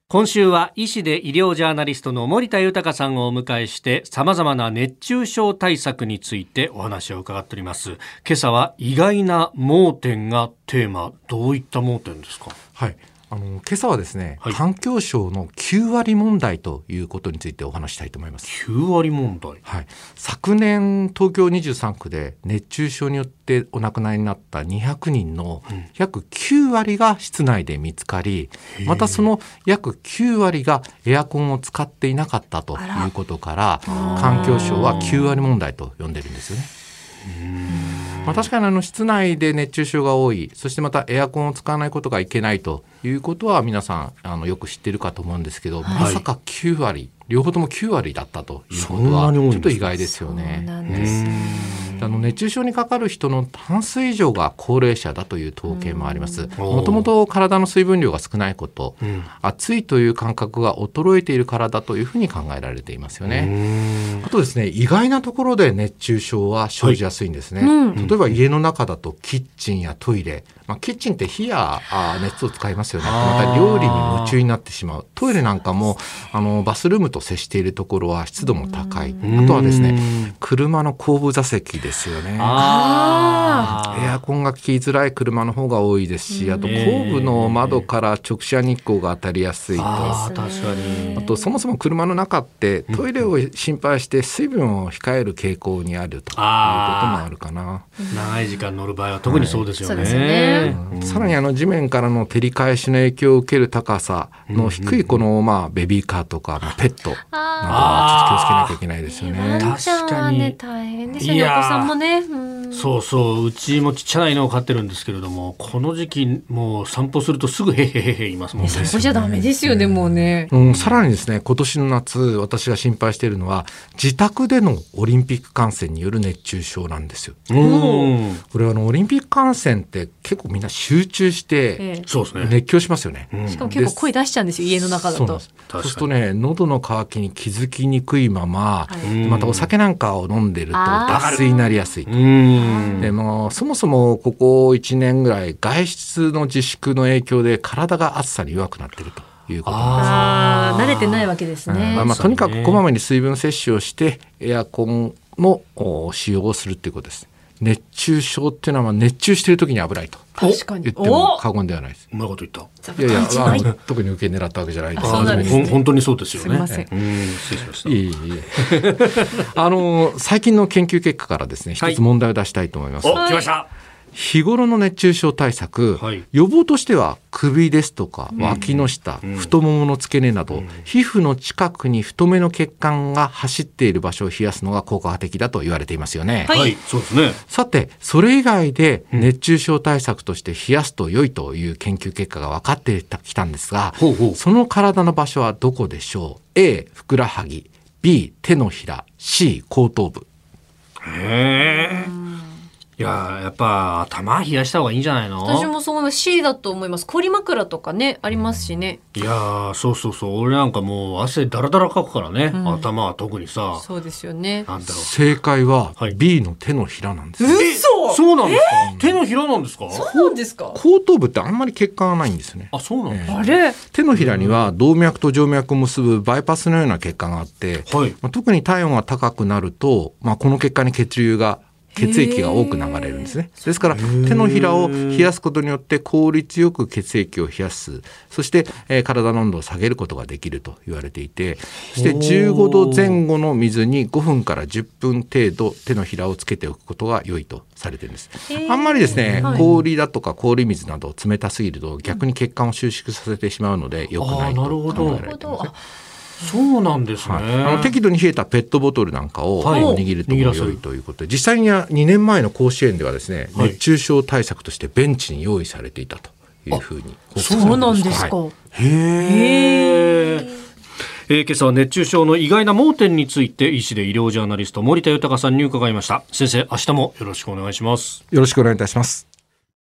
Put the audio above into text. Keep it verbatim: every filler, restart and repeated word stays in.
今週は医師で医療ジャーナリストの森田豊さんをお迎えして様々な熱中症対策についてお話を伺っております。今朝は意外な盲点がテーマ。どういった盲点ですか？ はい、あの今朝はですね、 はい、 環境省のきゅうわり問題ということについてお話したいと思います。 きゅうわり問題、 はい、昨年東京にじゅうさんくで熱中症によってお亡くなりになったにひゃくにんの約きゅうわりが室内で見つかり、うん、またその約きゅうわりがエアコンを使っていなかったということから環境省はきゅうわり問題と呼んでるんですよね。まあ、確かにあの室内で熱中症が多い、そしてまたエアコンを使わないことがいけないということは皆さんあのよく知っているかと思うんですけど、はい、まさかきゅうわり、両方ともきゅうわりだったということはちょっと意外ですよね。 そうなんですね。 あの熱中症にかかる人の半数以上が高齢者だという統計もあります。もともと体の水分量が少ないこと、うん、暑いという感覚が衰えているからだというふうに考えられていますよね。あとですね、意外なところで熱中症は生じやすいんですね。はい、うん、例えば家の中だとキッチンやトイレ、まあ、キッチンって火や熱を使いますよね。また料理に夢中になってしまう。トイレなんかもあのバスルームと接しているところは湿度も高い。あとはですね、車の後部座席ですよね。あエアコンが効きづらい車の方が多いですし、あと後部の窓から直射日光が当たりやすいと。 あ、確かに。 あとそもそも車の中ってトイレを心配して水分を控える傾向にあるということもあるかな。 長い時間乗る場合は特にそうですよね。はい、 そうですね。 うん、さらにあの地面からの照り返しの影響を受ける高さの低いこのまあベビーカーとかペットなどはちょっと気をつけなきゃいけないですよね。 確かに大変ですよね。お子さんもね。うん、 そうそう、うちもちっちゃな犬を飼ってるんですけれども、この時期もう散歩するとすぐへへへへ言いますもんね。 散歩じゃダメですよね、もうね。 うん、さらにですね、今年の夏私が心配しているのは自宅でのオリンピック観戦による熱中症なんですよ。うん、これはあのオリンピック観戦って結構みんな集中して熱狂しますよね。 ええ、しかも結構声出しちゃうんですよ、家の中だと。 そうそうするとね、喉の渇きに気づきにくいまま、はい、またお酒なんかを飲んでると脱水になりやすいと。でもそもそもここいちねんぐらい外出の自粛の影響で体が暑さに弱くなっているということなんです。 ああ、慣れてないわけですね。 まあまあ、とにかくこまめに水分摂取をしてエアコンの使用をするということです。熱中症っていうのはまあ熱中している時に危ないと確かに言っても過言ではないです。 うまいこと言った。 いやいや、あの特に受け狙ったわけじゃないです。 あ、そうなんですね。 本当にそうですよね。 すみません。 うん、失礼しました。 いえいえあの最近の研究結果からですね、一つ問題を出したいと思います。 はい、お、来ました。 日頃の熱中症対策、はい、予防としては首ですとか脇の下、うん、太ももの付け根など、うん、皮膚の近くに太めの血管が走っている場所を冷やすのが効果的だと言われていますよね。 はい、そうですね。 さてそれ以外で熱中症対策として冷やすと良いという研究結果が分かってきたんですが、ほうほう、その体の場所はどこでしょう？ A ふくらはぎ、 B 手のひら、 C 後頭部。 へー、いや、やっぱ頭冷やした方がいいんじゃないの？ 私もそう C だと思います。氷枕とかねありますしね。 いや、そうそうそう、俺なんかもう汗だらだらかくからね、うん、頭は特にさ。 そうですよね。 なんだろう、 正解は B の手のひらなんです。 はい、嘘。 そうなんですか？手のひらなんですか？ そうなんですか？ 後頭部ってあんまり血管がないんですよね。 あ、そうなんですか？ あれ、 手のひらには動脈と静脈を結ぶバイパスのような血管があって、はい、まあ、特に体温が高くなると、まあ、この血管に血流が血液が多く流れるんですね。ですから手のひらを冷やすことによって効率よく血液を冷やす、そして、えー、体の温度を下げることができると言われていて、そしてじゅうごどぜん後の水にごふんからじゅっぷん程度手のひらをつけておくことが良いとされているんです。あんまりですね、はい、氷だとか氷水など冷たすぎると逆に血管を収縮させてしまうので良くないと考えられていますね。 そうなんですね。はい、 あの適度に冷えたペットボトルなんかを握ると良いということで、実際にはにねんまえの甲子園ではですね、はい、熱中症対策としてベンチに用意されていたというふうに。 そうなんですか。はい、 へー。えー、今朝は熱中症の意外な盲点について医師で医療ジャーナリスト森田豊さんに伺いました。先生、明日もよろしくお願いします。 よろしくお願いいたします。